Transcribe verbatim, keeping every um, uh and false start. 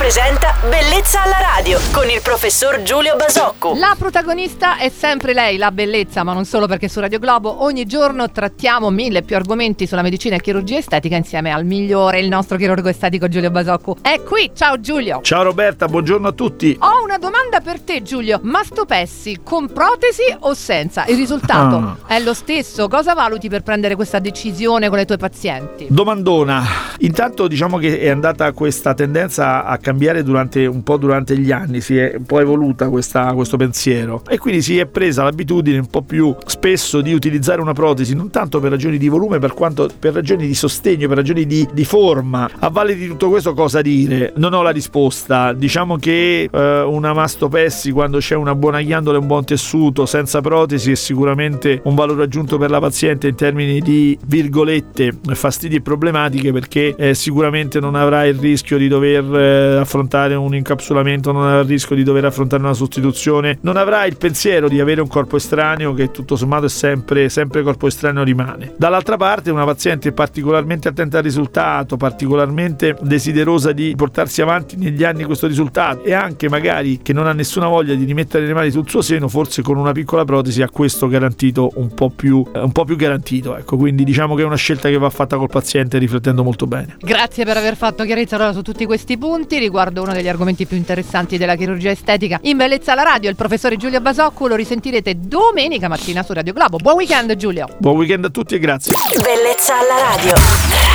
presenta Bellezza alla radio con il professor Giulio Basocco. La protagonista è sempre lei, la bellezza, ma non solo, perché su Radio Globo ogni giorno trattiamo mille più argomenti sulla medicina e chirurgia estetica insieme al migliore, il nostro chirurgo estetico Giulio Basocco. È qui, ciao Giulio. Ciao Roberta, buongiorno a tutti. Ho una domanda per te Giulio, mastopessi con protesi o senza? Il risultato ah. è lo stesso? Cosa valuti per prendere questa decisione con le tue pazienti? Domandona. Intanto diciamo che è andata questa tendenza a cambiare durante un po' durante gli anni, si è un po' evoluta questa, questo pensiero e quindi si è presa l'abitudine un po' più spesso di utilizzare una protesi non tanto per ragioni di volume per quanto per ragioni di sostegno, per ragioni di, di forma. A valle di tutto questo cosa dire? Non ho la risposta. Diciamo che eh, una mastopessi, quando c'è una buona ghiandola e un buon tessuto senza protesi, è sicuramente un valore aggiunto per la paziente in termini di virgolette fastidi e problematiche, perché eh, sicuramente non avrà il rischio di dover eh, affrontare un incapsulamento, non avrà il rischio di dover affrontare una sostituzione, non avrà il pensiero di avere un corpo estraneo che tutto sommato è sempre, sempre corpo estraneo rimane. Dall'altra parte una paziente particolarmente attenta al risultato, particolarmente desiderosa di portarsi avanti negli anni questo risultato e anche magari che non ha nessuna voglia di rimettere le mani sul suo seno, forse con una piccola protesi ha questo garantito un po' più, un po' più garantito, ecco. Quindi diciamo che è una scelta che va fatta col paziente riflettendo molto bene. Grazie per aver fatto chiarezza allora su tutti questi punti riguardo uno degli argomenti più interessanti della chirurgia estetica in Bellezza alla radio. Il professore Giulio Basocco lo risentirete domenica mattina su Radio Globo. Buon weekend Giulio. Buon weekend a tutti e grazie. Bellezza alla radio.